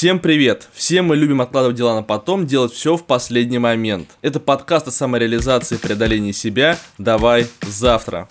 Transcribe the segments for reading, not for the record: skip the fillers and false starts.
Всем привет! Все мы любим откладывать дела на потом, делать все в последний момент. Это подкаст о самореализации и преодолении себя. Давай завтра!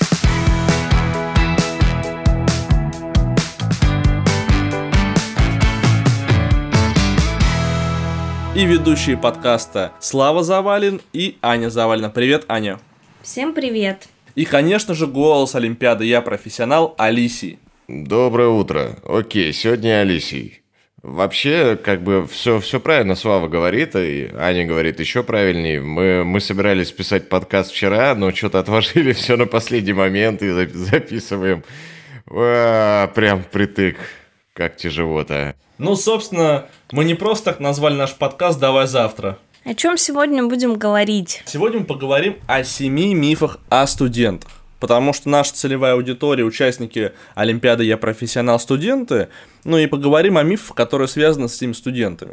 И ведущие подкаста Слава Завалин и Аня Завалина. Привет, Аня! Всем привет! И, конечно же, голос Олимпиады «Я профессионал» Алисии. Доброе утро. Окей, сегодня Алисий. Вообще, все правильно Слава говорит, и Аня говорит еще правильнее. Мы собирались писать подкаст вчера, но что-то отложили все на последний момент и записываем. Прям притык. Как тяжело-то. Ну, собственно, мы не просто так назвали наш подкаст «Давай завтра». О чем сегодня будем говорить? Сегодня мы поговорим о 7 мифах о студентах. Потому что наша целевая аудитория, участники Олимпиады «Я профессионал» студенты, ну и поговорим о мифах, которые связаны с этими студентами.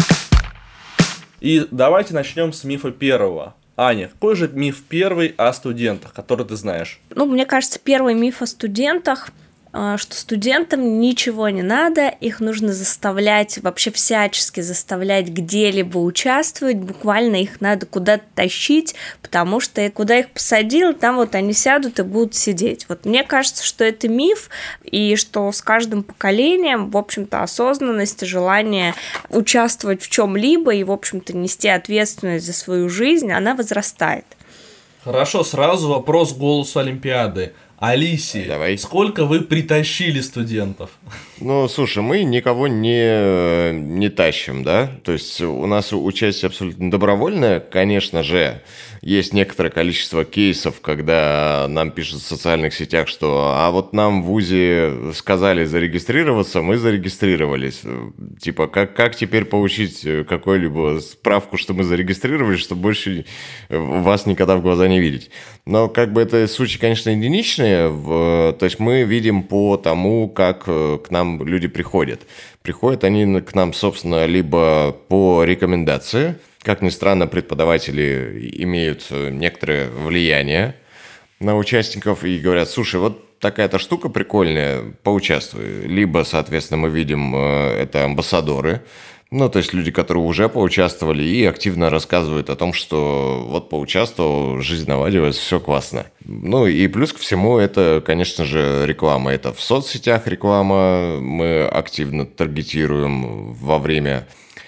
И давайте начнем с мифа первого. Аня, какой же миф первый о студентах, который ты знаешь? Мне кажется, первый миф о студентах, что студентам ничего не надо, их нужно заставлять, вообще всячески заставлять где-либо участвовать, буквально их надо куда-то тащить, потому что куда их посадил, там вот они сядут и будут сидеть. Вот мне кажется, что это миф, и что с каждым поколением, в общем-то, осознанность и желание участвовать в чем-либо и, в общем-то, нести ответственность за свою жизнь, она возрастает. Хорошо, сразу вопрос к голосу Олимпиады. Алисия, давай. Сколько вы притащили студентов? Ну, слушай, мы никого не тащим, да? То есть у нас участие абсолютно добровольное, конечно же. Есть некоторое количество кейсов, когда нам пишут в социальных сетях, что «а вот нам в ВУЗе сказали зарегистрироваться, мы зарегистрировались». Типа, как теперь получить какую-либо справку, что мы зарегистрировались, чтобы больше вас никогда в глаза не видеть? Но это случаи, конечно, единичные. То есть мы видим по тому, как к нам люди приходят. Приходят они к нам, собственно, либо по рекомендации. Как ни странно, преподаватели имеют некоторое влияние на участников и говорят: слушай, вот такая-то штука прикольная, поучаствуй. Либо, соответственно, мы видим, это амбассадоры, то есть люди, которые уже поучаствовали и активно рассказывают о том, что вот поучаствовал, жизнь наладилась, все классно. И плюс ко всему это, конечно же, реклама. Это в соцсетях реклама, мы активно таргетируем во время...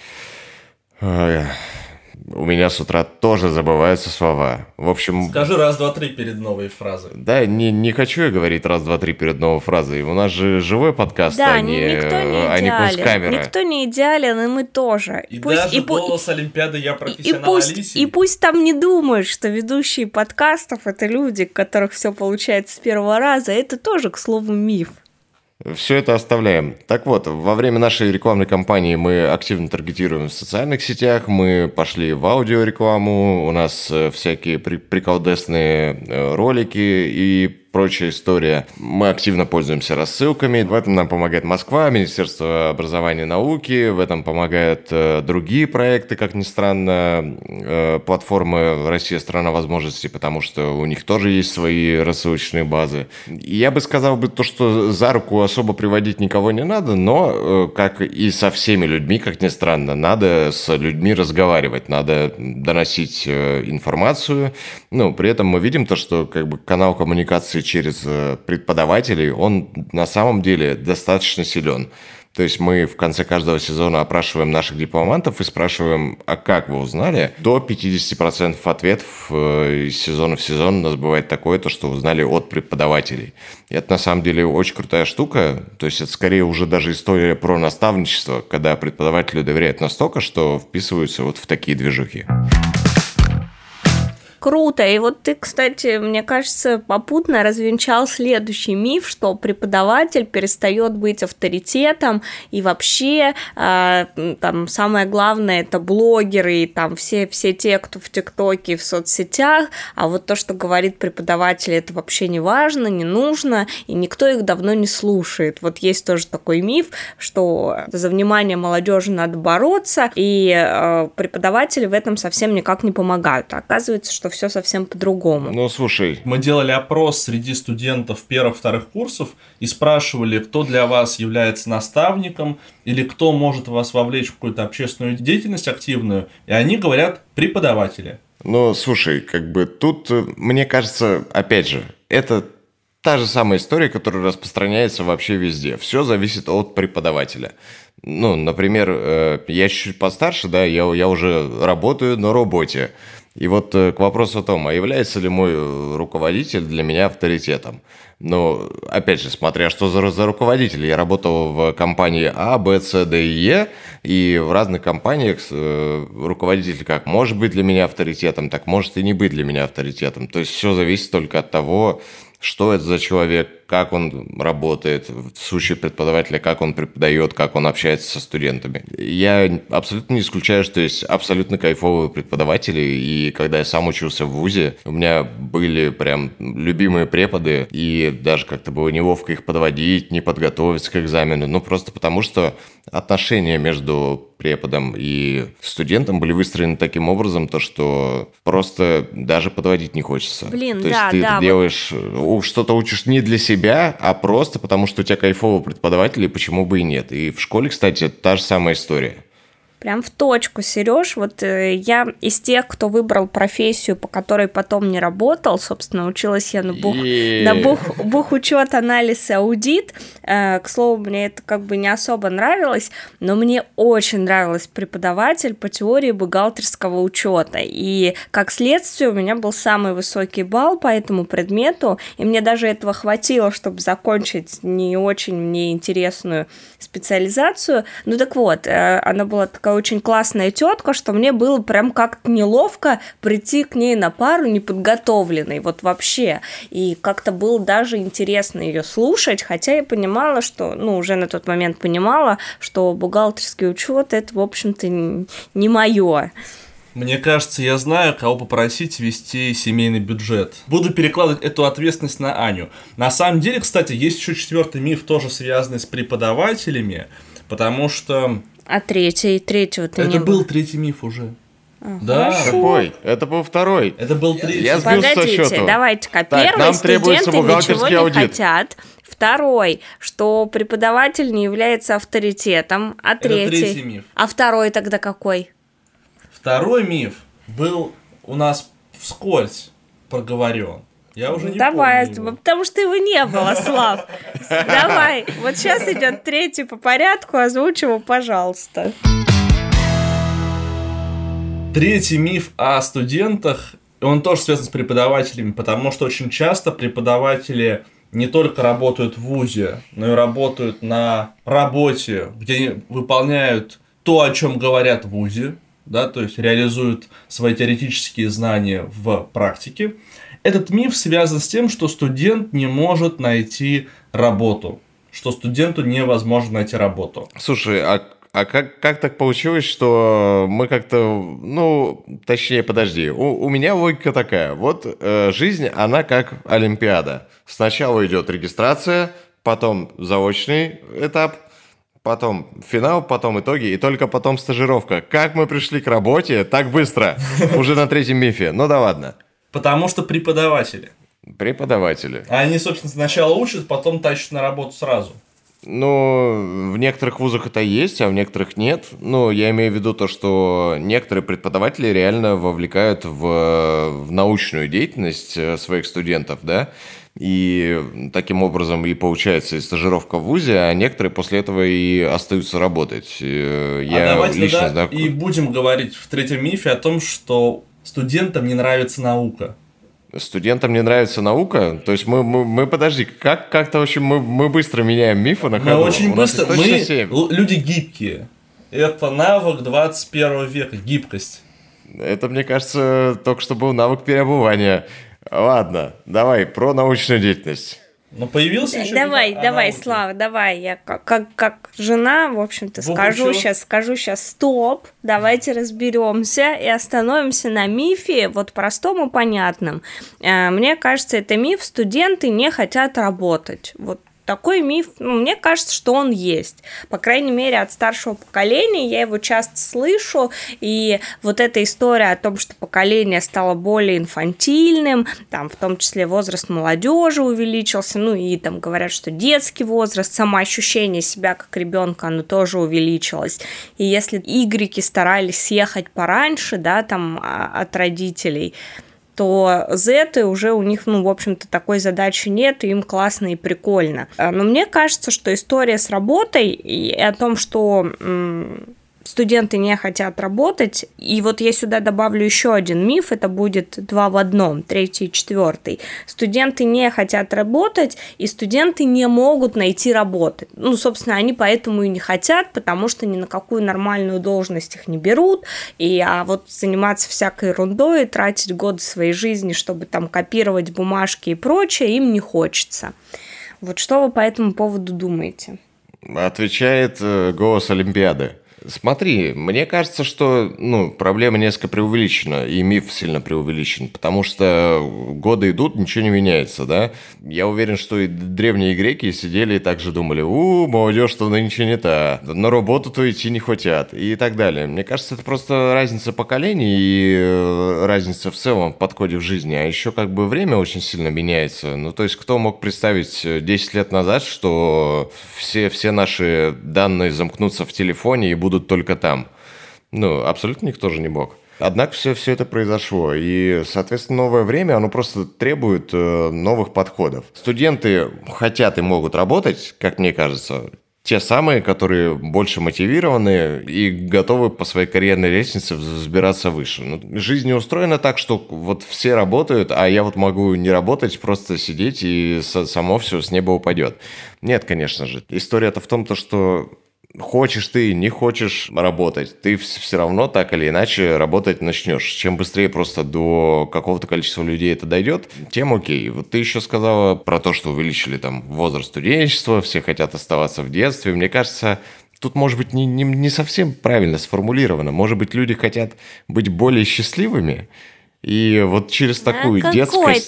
У меня с утра тоже забываются слова. В общем... Скажи раз, два, три перед новой фразой. Да, не хочу я говорить раз, два, три перед новой фразой. У нас же живой подкаст, да, а не кунсткамера. Никто не идеален, и мы тоже. И даже голос Олимпиады «Я профессионал» Алисии. И пусть там не думают, что ведущие подкастов — это люди, у которых все получается с первого раза. Это тоже, к слову, миф. Все это оставляем. Так вот, во время нашей рекламной кампании мы активно таргетируем в социальных сетях, мы пошли в аудиорекламу, у нас всякие приколдесные ролики и прочая история. Мы активно пользуемся рассылками. В этом нам помогает Москва, Министерство образования и науки. В этом помогают другие проекты, как ни странно, платформы «Россия – страна возможностей», потому что у них тоже есть свои рассылочные базы. И я бы сказал что за руку особо приводить никого не надо, но, как и со всеми людьми, как ни странно, надо с людьми разговаривать, надо доносить информацию. При этом мы видим что канал коммуникации через преподавателей, он на самом деле достаточно силен. То есть мы в конце каждого сезона опрашиваем наших дипломантов и спрашиваем: а как вы узнали? До 50% ответов из сезона в сезон у нас бывает такое, что узнали от преподавателей. И это на самом деле очень крутая штука. То есть это скорее уже даже история про наставничество, когда преподавателю доверяют настолько, что вписываются вот в такие движухи. Круто. И вот ты, кстати, мне кажется, попутно развенчал следующий миф, что преподаватель перестает быть авторитетом, и вообще там самое главное — это блогеры и там все те, кто в ТикТоке, в соцсетях, а вот то, что говорит преподаватель, это вообще не важно, не нужно, и никто их давно не слушает. Вот есть тоже такой миф, что за внимание молодежи надо бороться, и преподаватели в этом совсем никак не помогают. А оказывается, что все совсем по-другому. Ну, слушай. Мы делали опрос среди студентов первых-вторых курсов и спрашивали, кто для вас является наставником или кто может вас вовлечь в какую-то общественную деятельность активную, и они говорят преподаватели. Ну, слушай, как бы тут, мне кажется, опять же, это та же самая история, которая распространяется вообще везде. Все зависит от преподавателя. Ну, например, я чуть-чуть постарше, да, я уже работаю на работе. И вот к вопросу о том, а является ли мой руководитель для меня авторитетом? Ну, опять же, смотря что за руководитель. Я работал в компании А, Б, С, Д и Е, и в разных компаниях руководитель как может быть для меня авторитетом, так может и не быть для меня авторитетом. То есть все зависит только от того, что это за человек, как он работает, в случае преподавателя, как он преподает, как он общается со студентами. Я абсолютно не исключаю, что есть абсолютно кайфовые преподаватели, и когда я сам учился в вузе, у меня были прям любимые преподы, и даже как-то было неловко их подводить, не подготовиться к экзамену, ну просто потому, что отношения между преподом и студентом были выстроены таким образом, то что просто даже подводить не хочется. Блин, то есть ты это делаешь, что-то учишь не для себя, а просто потому, что у тебя кайфовый преподаватель, и почему бы и нет. И в школе, кстати, та же самая история. Прям в точку, Сереж. Вот я из тех, кто выбрал профессию, по которой потом не работал. Собственно, училась я на бухучет, анализ и аудит. К слову, мне это как бы не особо нравилось, но мне очень нравился преподаватель по теории бухгалтерского учета. И как следствие у меня был самый высокий балл по этому предмету, и мне даже этого хватило, чтобы закончить не очень мне интересную специализацию. Ну так вот, она была такая очень классная тетка, что мне было прям как-то неловко прийти к ней на пару неподготовленной, вот вообще. И как-то было даже интересно ее слушать, хотя я понимала, что, ну, уже на тот момент понимала, что бухгалтерский учет это, в общем-то, не мое. Мне кажется, я знаю, кого попросить вести семейный бюджет. Буду перекладывать эту ответственность на Аню. На самом деле, кстати, есть еще 4-й миф, тоже связанный с преподавателями, потому что... А третьего ты не Это был 3-й миф уже. Да, какой? Это был 2-й. Это был 3-й. Я сбил со счета. Погодите, давайте-ка. Первый, студенты ничего не хотят. 2-й, что преподаватель не является авторитетом. А 3-й? Это 3-й миф. А 2-й тогда какой? 2-й миф был у нас вскользь проговорен. Я уже не Давай, помню его. потому что его не было, Слав. Давай, вот сейчас идет 3-й по порядку, озвучь его, пожалуйста. 3-й миф о студентах, он тоже связан с преподавателями, потому что очень часто преподаватели не только работают в вузе, но и работают на работе, где они выполняют то, о чем говорят в вузе, да, то есть реализуют свои теоретические знания в практике. Этот миф связан с тем, что студент не может найти работу, что студенту невозможно найти работу. Слушай, а как так получилось, что мы как-то, ну, точнее, подожди, у меня логика такая, вот жизнь, она как Олимпиада. Сначала идет регистрация, потом заочный этап, потом финал, потом итоги, и только потом стажировка. Как мы пришли к работе так быстро, уже на 3-м мифе, ну да ладно. Потому что преподаватели. Преподаватели. Они, собственно, сначала учат, потом тащат на работу сразу. Ну, в некоторых вузах это есть, а в некоторых нет. Ну, я имею в виду то, что некоторые преподаватели реально вовлекают в научную деятельность своих студентов, да, и таким образом и получается и стажировка в вузе, а некоторые после этого и остаются работать. Давайте лично тогда и будем говорить в 3-м мифе о том, что студентам не нравится наука. Студентам не нравится наука? То есть мы подожди, как-то очень мы быстро меняем мифы на ходу. Мы очень быстро, мы люди гибкие. Это навык 21 века, гибкость. Это, мне кажется, только что был навык переобувания. Ладно, давай про научную деятельность. Ну, появился еще... Давай, Слава, давай. Я как жена, в общем-то, скажу сейчас стоп, давайте разберемся и остановимся на мифе, вот простом и понятном. Мне кажется, это миф, студенты не хотят работать. Вот Такой миф, мне кажется, что он есть. По крайней мере, от старшего поколения я его часто слышу, и вот эта история о том, что поколение стало более инфантильным, там, в том числе возраст молодежи увеличился, и там говорят, что детский возраст, самоощущение себя как ребенка, оно тоже увеличилось. И если игреки старались съехать пораньше, да, там, от родителей, то зеты уже у них, в общем-то, такой задачи нет, и им классно и прикольно. Но мне кажется, что история с работой и о том, что студенты не хотят работать, и вот я сюда добавлю еще один миф, это будет 2 в 1, 3 и 4. Студенты не хотят работать, и студенты не могут найти работу. Собственно, они поэтому и не хотят, потому что ни на какую нормальную должность их не берут, а вот заниматься всякой ерундой, тратить годы своей жизни, чтобы там копировать бумажки и прочее, им не хочется. Вот что вы по этому поводу думаете? Отвечает голос Олимпиады. Смотри, мне кажется, что проблема несколько преувеличена, и миф сильно преувеличен, потому что годы идут, ничего не меняется, да? Я уверен, что и древние греки сидели и также думали, молодежь-то нынче не та, на работу-то идти не хотят, и так далее. Мне кажется, это просто разница поколений и разница в целом в подходе в жизни, а еще как бы время очень сильно меняется. То есть, кто мог представить 10 лет назад, что все наши данные замкнутся в телефоне и будут только там. Абсолютно никто же не мог. Однако все это произошло, и, соответственно, новое время, оно просто требует новых подходов. Студенты хотят и могут работать, как мне кажется, те самые, которые больше мотивированы и готовы по своей карьерной лестнице взбираться выше. Жизнь не устроена так, что вот все работают, а я вот могу не работать, просто сидеть, и само все с неба упадет. Нет, конечно же. История-то в том, что хочешь ты, не хочешь работать, ты все равно так или иначе работать начнешь. Чем быстрее просто до какого-то количества людей это дойдет, тем окей. Вот ты еще сказала про то, что увеличили там возраст студенчества, все хотят оставаться в детстве. Мне кажется, тут, может быть, не совсем правильно сформулировано. Может быть, люди хотят быть более счастливыми, и вот через такую детскость,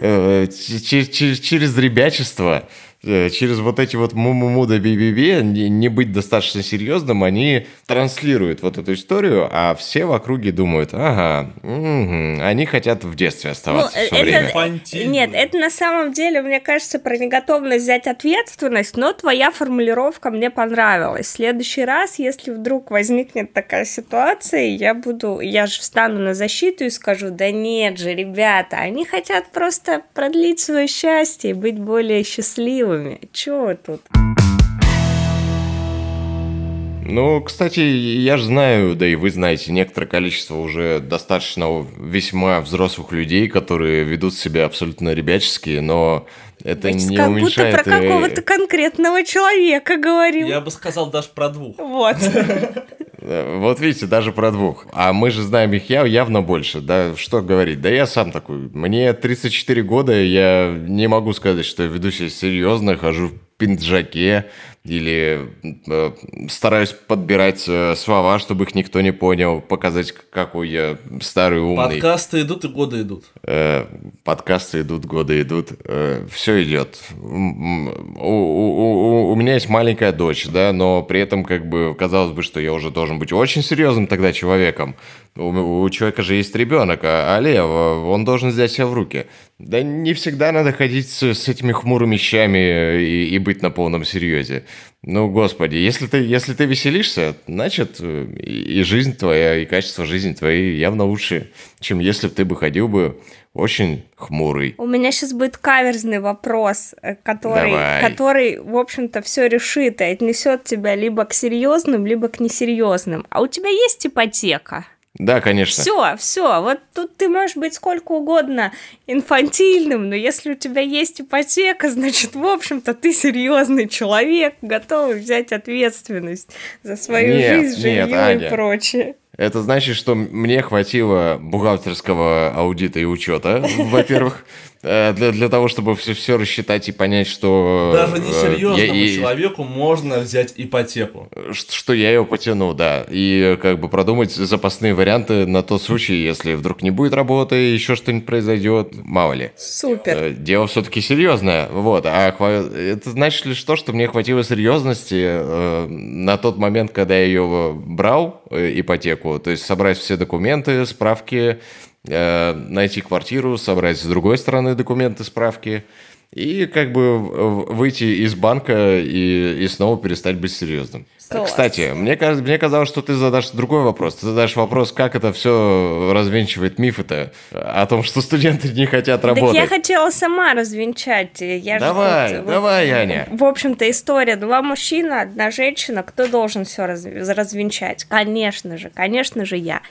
через ребячество, через вот эти вот му-му-му да би-би-би, не быть достаточно серьезным, они транслируют вот эту историю, а все в округе думают, они хотят в детстве оставаться все время. Нет, это на самом деле, мне кажется, про неготовность взять ответственность, но твоя формулировка мне понравилась. В следующий раз, если вдруг возникнет такая ситуация, я же встану на защиту и скажу, да нет же, ребята, они хотят просто продлить свое счастье и быть более счастливыми. Чего тут? Кстати, я же знаю, да и вы знаете, некоторое количество уже достаточно весьма взрослых людей, которые ведут себя абсолютно ребячески, но это не уменьшает... Как будто про какого-то конкретного человека говорил. Я бы сказал даже про 2. Вот. Вот видите, даже про 2. А мы же знаем их явно больше, да, что говорить. Да я сам такой, мне 34 года, я не могу сказать, что я веду себя серьезно, хожу в пиджаке или стараюсь подбирать слова, чтобы их никто не понял, показать, какой я старый, умный. Подкасты идут и годы идут. Подкасты идут, годы идут. Все идет. У меня есть маленькая дочь, да, но при этом, как бы, казалось бы, что я уже должен быть очень серьезным тогда человеком. У человека же есть ребенок, а Лев, он должен взять себя в руки. Да не всегда надо ходить с этими хмурыми щами и быть на полном серьезе. Господи, если ты веселишься, значит, и жизнь твоя, и качество жизни твоей явно лучше, чем если бы ты ходил бы очень хмурый. У меня сейчас будет каверзный вопрос, который, в общем-то, все решит и отнесет тебя либо к серьезным, либо к несерьезным. А у тебя есть ипотека? Да, конечно. Все. Вот тут ты можешь быть сколько угодно инфантильным, но если у тебя есть ипотека, значит, в общем-то, ты серьезный человек, готовый взять ответственность за свою жизнь, жилье и прочее. Это значит, что мне хватило бухгалтерского аудита и учета, во-первых, для того, чтобы все рассчитать и понять, что... Даже несерьезному человеку можно взять ипотеку. Что я его потяну, да. И как бы продумать запасные варианты на тот случай, если вдруг не будет работы, еще что-нибудь произойдет, мало ли. Супер. Дело все-таки серьезное. Вот. А это значит ли что мне хватило серьезности на тот момент, когда я ее брал, ипотеку, то есть собрать все документы, справки, найти квартиру, собрать с другой стороны документы, справки и как бы выйти из банка и снова перестать быть серьезным. Класс. Кстати, мне казалось, что ты задашь другой вопрос. Ты задашь вопрос, как это все развенчивает мифы-то о том, что студенты не хотят работать. Так я хотела сама развенчать. Давай, Аня. В общем-то, история. 2 мужчины, 1 женщина. Кто должен все развенчать? Конечно же, я.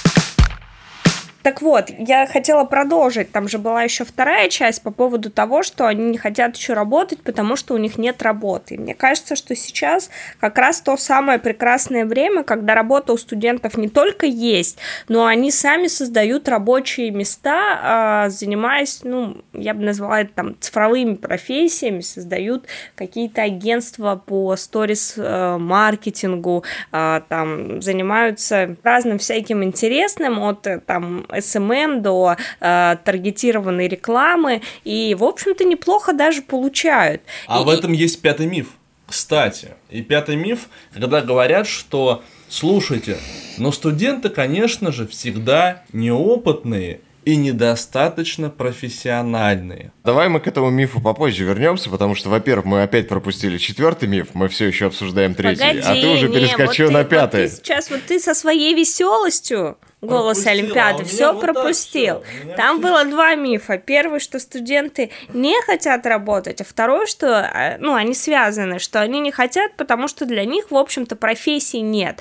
Так вот, я хотела продолжить, там же была еще 2 часть по поводу того, что они не хотят еще работать, потому что у них нет работы. И мне кажется, что сейчас как раз то самое прекрасное время, когда работа у студентов не только есть, но они сами создают рабочие места, занимаясь, я бы назвала это там цифровыми профессиями, создают какие-то агентства по сторис-маркетингу, там занимаются разным всяким интересным, от там SMM до таргетированной рекламы, и, в общем-то, неплохо даже получают. В этом есть 5-й миф, кстати. И 5-й миф, когда говорят, что, слушайте, но студенты, конечно же, всегда неопытные и недостаточно профессиональные. Давай мы к этому мифу попозже вернемся, потому что, во-первых, мы опять пропустили 4-й миф, мы все еще обсуждаем 3-й, Погоди, а ты уже перескочил на 5-й. Сейчас ты со своей веселостью «Голос Олимпиады» все пропустил. Там было 2 мифа. Первый, что студенты не хотят работать, а второй, что, они связаны, что они не хотят, потому что для них, в общем-то, профессий нет.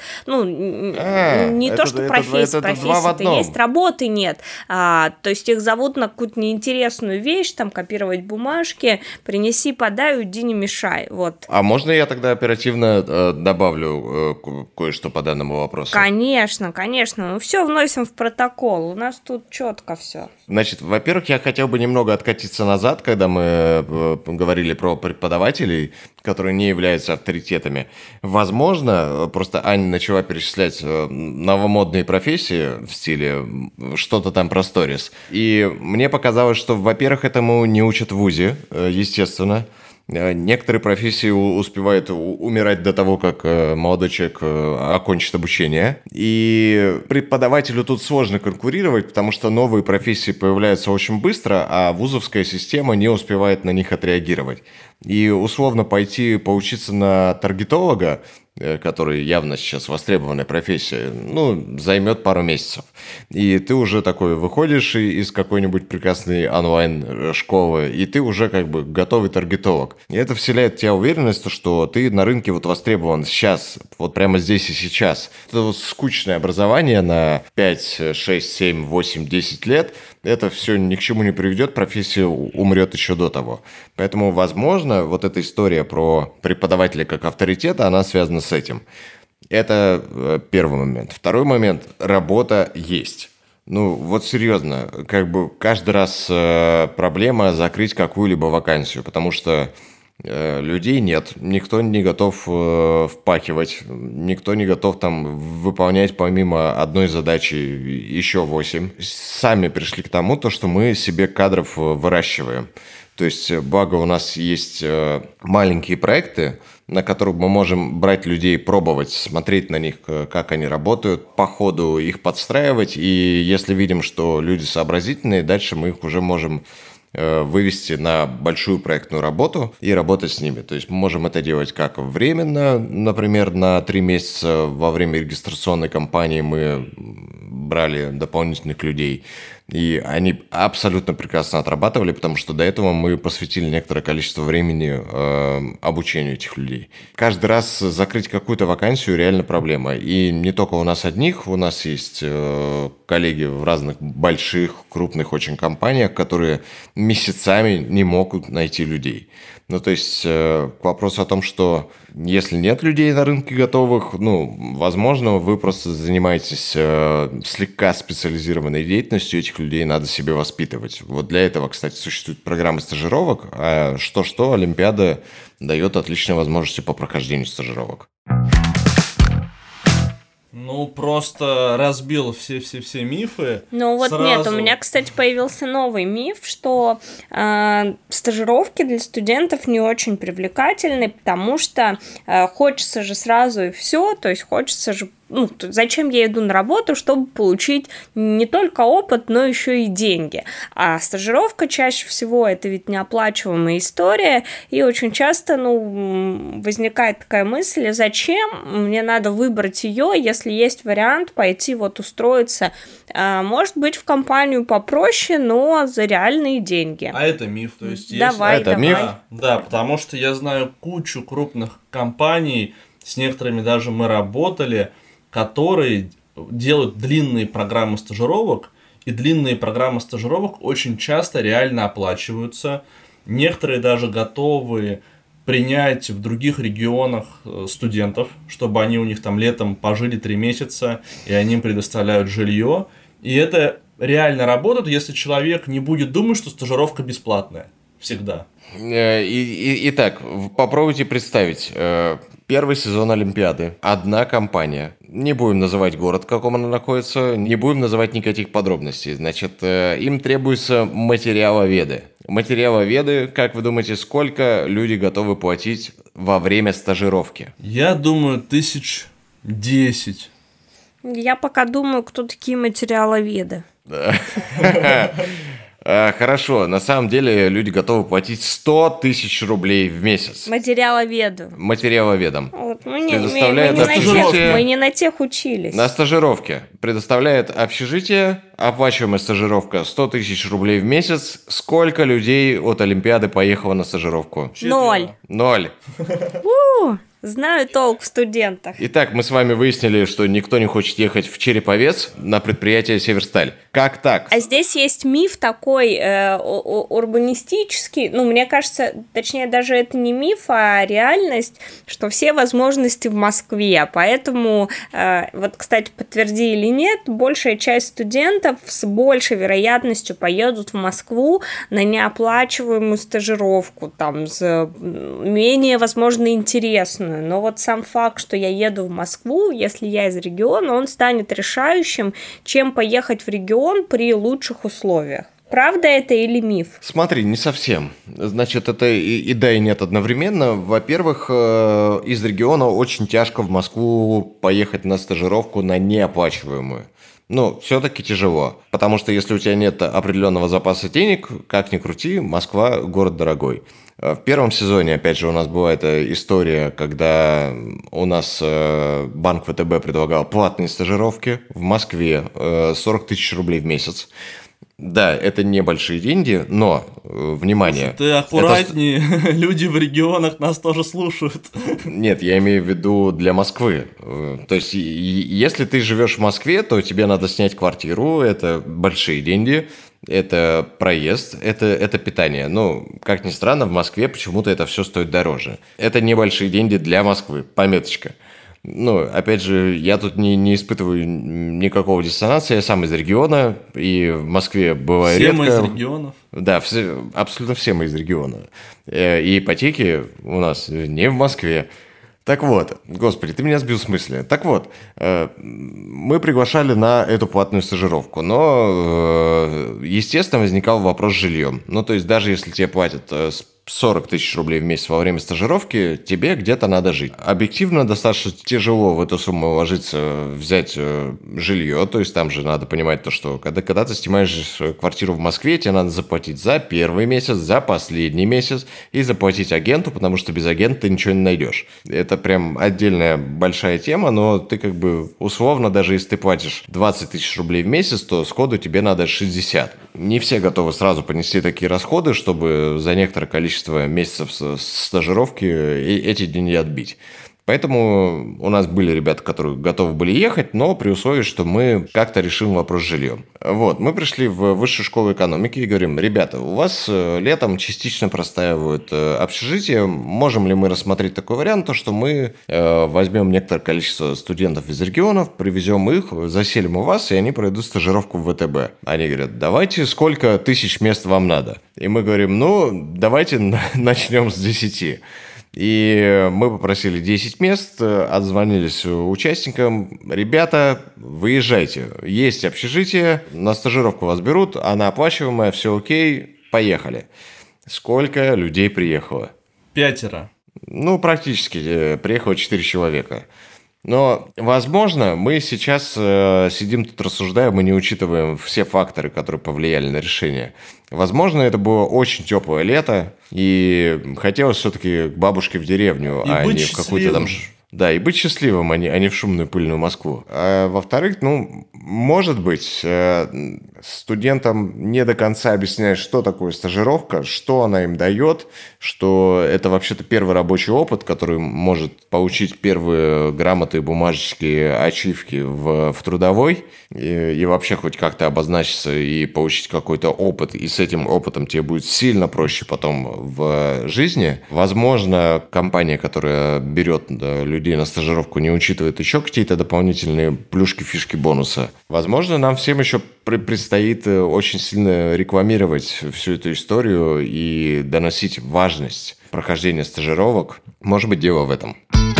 Не то, что профессии-то есть, работы нет. То есть их зовут на какую-то неинтересную вещь, там, копировать бумажки, принеси, подай, уйди, не мешай. Вот. А можно я тогда оперативно добавлю кое-что по данному вопросу? Конечно. Все вносим в протокол. У нас тут четко все. Значит, во-первых, я хотел бы немного откатиться назад, когда мы говорили про преподавателей, которые не являются авторитетами. Возможно, просто Аня начала перечислять новомодные профессии в стиле что-то там про сторис. И мне показалось, что, во-первых, этому не учат в ВУЗе, естественно. Некоторые профессии успевают умирать до того, как молодой человек окончит обучение. И преподавателю тут сложно конкурировать, потому что новые профессии появляются очень быстро, а вузовская система не успевает на них отреагировать. И условно пойти поучиться на таргетолога, который явно сейчас востребованная профессия, займет пару месяцев. И ты уже такой выходишь из какой-нибудь прекрасной онлайн-школы, и ты уже как бы готовый таргетолог. И это вселяет в тебя уверенность, что ты на рынке востребован сейчас, вот прямо здесь и сейчас. Это скучное образование на 5, 6, 7, 8, 10 лет, это все ни к чему не приведет, профессия умрет еще до того. Поэтому, возможно, вот эта история про преподавателя как авторитета, она связана с этим. Это первый момент. Второй момент – работа есть. Вот серьезно, как бы каждый раз проблема закрыть какую-либо вакансию, потому что людей нет, никто не готов впахивать, никто не готов там выполнять помимо одной задачи еще 8. Сами пришли к тому, что мы себе кадров выращиваем. То есть, благо у нас есть маленькие проекты, на которых мы можем брать людей, пробовать, смотреть на них, как они работают, по ходу их подстраивать. И если видим, что люди сообразительные, дальше мы их уже можем вывести на большую проектную работу и работать с ними. То есть мы можем это делать как временно, например, на 3 месяца во время регистрационной кампании мы брали дополнительных людей, и они абсолютно прекрасно отрабатывали, потому что до этого мы посвятили некоторое количество времени обучению этих людей. Каждый раз закрыть какую-то вакансию реально проблема. И не только у нас одних, у нас есть коллеги в разных больших, крупных очень компаниях, которые месяцами не могут найти людей. Ну, то есть, к вопросу о том, что если нет людей на рынке готовых, возможно, вы просто занимаетесь слегка специализированной деятельностью, этих людей надо себе воспитывать. Вот для этого, кстати, существуют программы стажировок, а что-что, Олимпиада дает отличные возможности по прохождению стажировок. Просто разбил все мифы. Нет, у меня, кстати, появился новый миф, что стажировки для студентов не очень привлекательны, потому что хочется же сразу и все, то есть хочется же зачем я иду на работу, чтобы получить не только опыт, но еще и деньги. А стажировка чаще всего это ведь неоплачиваемая история, и очень часто, возникает такая мысль, зачем мне надо выбрать ее, если есть вариант пойти устроиться, может быть, в компанию попроще, но за реальные деньги. А это миф, то есть давай. Миф? Да, потому что я знаю кучу крупных компаний, с некоторыми даже мы работали, которые делают длинные программы стажировок, и длинные программы стажировок очень часто реально оплачиваются. Некоторые даже готовы принять в других регионах студентов, чтобы они у них там летом пожили 3 месяца, и они им предоставляют жилье. И это реально работает, если человек не будет думать, что стажировка бесплатная. Всегда. Итак, попробуйте представить. Первый сезон Олимпиады. Одна компания. Не будем называть город, в каком она находится, не будем называть никаких подробностей. Значит, им требуются материаловеды. Материаловеды, как вы думаете, сколько люди готовы платить во время стажировки? Я думаю, 1010. Я пока думаю, кто такие материаловеды. Хорошо, на самом деле люди готовы платить 100 тысяч рублей в месяц. Материаловеду. Материаловедам. Мы не на тех учились. На стажировке. Предоставляет общежитие, оплачиваемая стажировка 100 тысяч рублей в месяц. Сколько людей от Олимпиады поехало на стажировку? 0. Знаю толк в студентах. Итак, мы с вами выяснили, что никто не хочет ехать в Череповец на предприятие «Северсталь». Как так? А здесь есть миф такой урбанистический, мне кажется, точнее, даже это не миф, а реальность, что все возможности в Москве, поэтому, кстати, подтверди или нет, большая часть студентов с большей вероятностью поедут в Москву на неоплачиваемую стажировку, с менее, возможно, интересную. Но сам факт, что я еду в Москву, если я из региона, он станет решающим, чем поехать в регион при лучших условиях. Правда это или миф? Смотри, не совсем. Значит, это и да, и нет одновременно. Во-первых, из региона очень тяжко в Москву поехать на стажировку на неоплачиваемую. Все-таки тяжело, потому что если у тебя нет определенного запаса денег, как ни крути, Москва – город дорогой. В первом сезоне, опять же, у нас была эта история, когда у нас банк ВТБ предлагал платные стажировки в Москве 40 тысяч рублей в месяц. Да, это небольшие деньги, но, внимание... Ты аккуратнее, люди в регионах нас тоже слушают. Нет, я имею в виду для Москвы. То есть, если ты живешь в Москве, то тебе надо снять квартиру, это большие деньги, это проезд, это питание. Как ни странно, в Москве почему-то это все стоит дороже. Это небольшие деньги для Москвы, пометочка. Опять же, я тут не испытываю никакого диссонанса, я сам из региона, и в Москве бываю редко. Все мы из регионов. Да, абсолютно все мы из региона. И ипотеки у нас не в Москве. Так вот, господи, ты меня сбил с мысли. Так вот, мы приглашали на эту платную стажировку, но, естественно, возникал вопрос с жильем. То есть, даже если тебе платят 40 тысяч рублей в месяц во время стажировки, тебе где-то надо жить. Объективно достаточно тяжело в эту сумму ложиться, взять жилье, то есть там же надо понимать то, что когда ты снимаешь квартиру в Москве, тебе надо заплатить за первый месяц, за последний месяц и заплатить агенту, потому что без агента ты ничего не найдешь. Это прям отдельная большая тема, но ты условно, даже если ты платишь 20 тысяч рублей в месяц, то сходу тебе надо 60. Не все готовы сразу понести такие расходы, чтобы за некоторое количество месяцев стажировки эти деньги отбить. Поэтому у нас были ребята, которые готовы были ехать, но при условии, что мы как-то решим вопрос с жильем. Вот, мы пришли в высшую школу экономики и говорим: ребята, у вас летом частично простаивают общежитие, можем ли мы рассмотреть такой вариант, то что мы возьмем некоторое количество студентов из регионов, привезем их, заселим у вас, и они пройдут стажировку в ВТБ. Они говорят: давайте, сколько тысяч мест вам надо? И мы говорим: давайте начнем с 10. И мы попросили 10 мест, отзвонились участникам: ребята, выезжайте, есть общежитие, на стажировку вас берут, она оплачиваемая, все окей, поехали. Сколько людей приехало? 5. Практически приехало 4 человека. Но, возможно, мы сейчас сидим тут, рассуждаем и не учитываем все факторы, которые повлияли на решение. Возможно, это было очень теплое лето, и хотелось все-таки к бабушке в деревню, а не в какую-то там... Да, и быть счастливым, а не в шумную пыльную Москву. А во-вторых, может быть, студентам не до конца объясняешь, что такое стажировка, что она им дает, что это вообще-то первый рабочий опыт, который может получить первые грамоты, бумажечки, ачивки в трудовой, и вообще хоть как-то обозначиться и получить какой-то опыт, и с этим опытом тебе будет сильно проще потом в жизни. Возможно, компания, которая берет людей на стажировку, не учитывает еще какие-то дополнительные плюшки, фишки, бонусы. Возможно, нам всем еще предстоит очень сильно рекламировать всю эту историю и доносить важность прохождения стажировок. Может быть, дело в этом.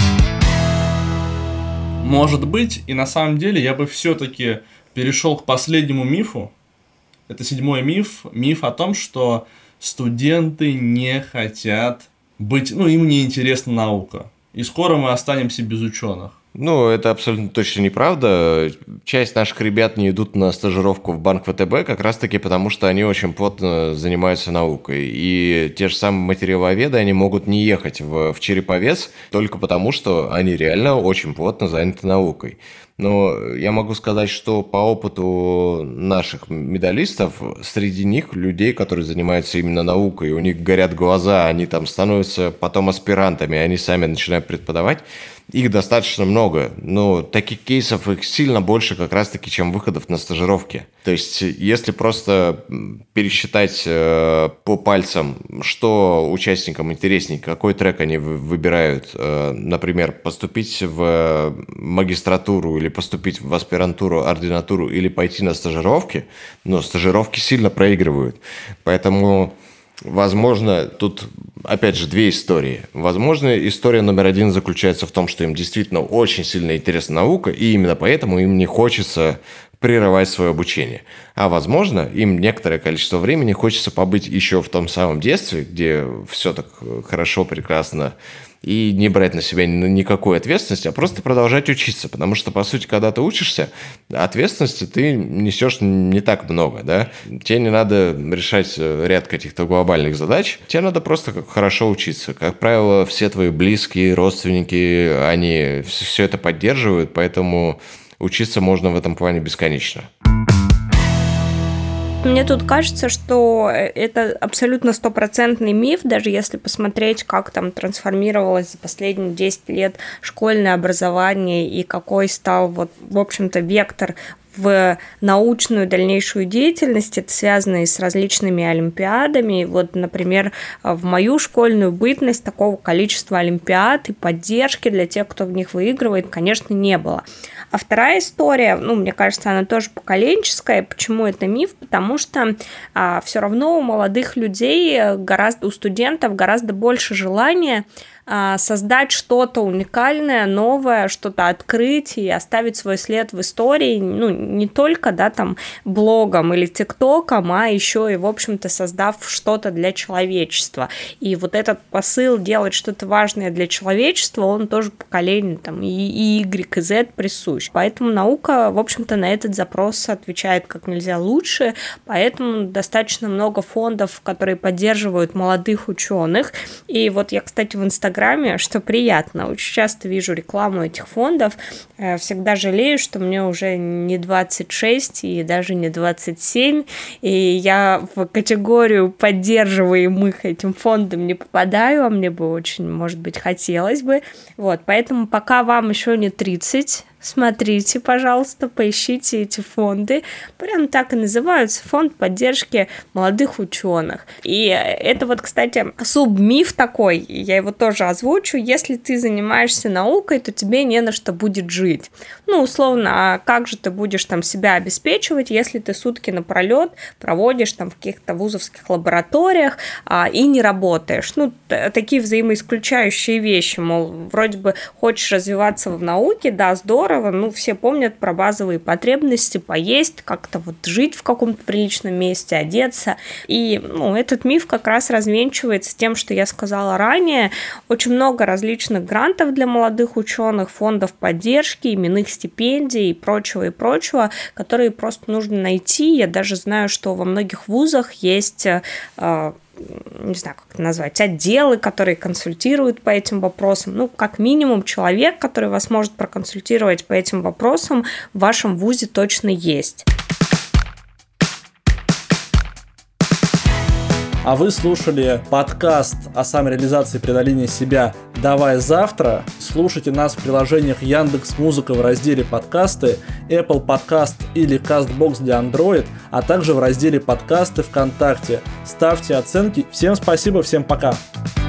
Может быть, и на самом деле я бы все-таки перешел к последнему мифу. Это 7-й миф. Миф о том, что студенты не хотят быть... им не интересна наука. И скоро мы останемся без ученых. Это абсолютно точно неправда. Часть наших ребят не идут на стажировку в банк ВТБ как раз-таки потому, что они очень плотно занимаются наукой. И те же самые материаловеды, они могут не ехать в Череповец только потому, что они реально очень плотно заняты наукой. Но я могу сказать, что по опыту наших медалистов, среди них людей, которые занимаются именно наукой, у них горят глаза, они там становятся потом аспирантами, они сами начинают преподавать, их достаточно много. Но таких кейсов их сильно больше как раз-таки, чем выходов на стажировки. То есть, если просто пересчитать по пальцам, что участникам интереснее, какой трек они выбирают, например, поступить в магистратуру или поступить в аспирантуру, ординатуру или пойти на стажировки, стажировки сильно проигрывают. Поэтому... Возможно, тут, опять же, две истории. Возможно, история номер 1 заключается в том, что им действительно очень сильно интересна наука, и именно поэтому им не хочется прерывать свое обучение. А возможно, им некоторое количество времени хочется побыть еще в том самом детстве, где все так хорошо, прекрасно, и не брать на себя никакой ответственности, а просто продолжать учиться. Потому что, по сути, когда ты учишься, ответственности ты несешь не так много, да? Тебе не надо решать ряд каких-то глобальных задач, тебе надо просто хорошо учиться. Как правило, все твои близкие, родственники, они все это поддерживают, поэтому учиться можно в этом плане бесконечно. Мне тут кажется, что это абсолютно стопроцентный миф, даже если посмотреть, как там трансформировалось за последние 10 лет школьное образование и какой стал, в общем-то, вектор в научную дальнейшую деятельность, это связано и с различными олимпиадами. Например, в мою школьную бытность такого количества олимпиад и поддержки для тех, кто в них выигрывает, конечно, не было. А вторая история, мне кажется, она тоже поколенческая. Почему это миф? Потому что все равно у молодых людей, у студентов гораздо больше желания создать что-то уникальное, новое, что-то открыть и оставить свой след в истории, не только, блогом или тиктоком, а еще и, в общем-то, создав что-то для человечества. И этот посыл делать что-то важное для человечества, он тоже поколению и Y, и Z присущ. Поэтому наука, в общем-то, на этот запрос отвечает как нельзя лучше, поэтому достаточно много фондов, которые поддерживают молодых ученых. И я, кстати, в Инстаграме Инстаграме, что приятно. Очень часто вижу рекламу этих фондов. Всегда жалею, что мне уже не 26 и даже не 27, и я в категорию поддерживаемых этим фондом не попадаю, а мне бы очень, может быть, хотелось бы. Вот, поэтому пока вам еще не 30, смотрите, пожалуйста, поищите эти фонды. Прям так и называются: фонд поддержки молодых ученых. И это вот, кстати, субмиф такой, я его тоже озвучу. Если ты занимаешься наукой, то тебе не на что будет жить. Ну, условно, а как же ты будешь там себя обеспечивать, если ты сутки напролет проводишь там в каких-то вузовских лабораториях и не работаешь? Ну, такие взаимоисключающие вещи, мол, вроде бы хочешь развиваться в науке, да, здорово, ну, все помнят про базовые потребности: поесть, как-то вот жить в каком-то приличном месте, одеться. И, ну, этот миф как раз развенчивается тем, что я сказала ранее. Очень много различных грантов для молодых ученых, фондов поддержки, именных стипендий и прочего, которые просто нужно найти. Я даже знаю, что во многих вузах есть не знаю, как это назвать, отделы, которые консультируют по этим вопросам. Ну, как минимум, человек, который вас может проконсультировать по этим вопросам, в вашем вузе точно есть. А вы слушали подкаст о самореализации и преодолении себя «Давай завтра». Слушайте нас в приложениях Яндекс.Музыка в разделе «Подкасты», Apple Podcast или CastBox для Android, а также в разделе «Подкасты» ВКонтакте. Ставьте оценки. Всем спасибо, всем пока!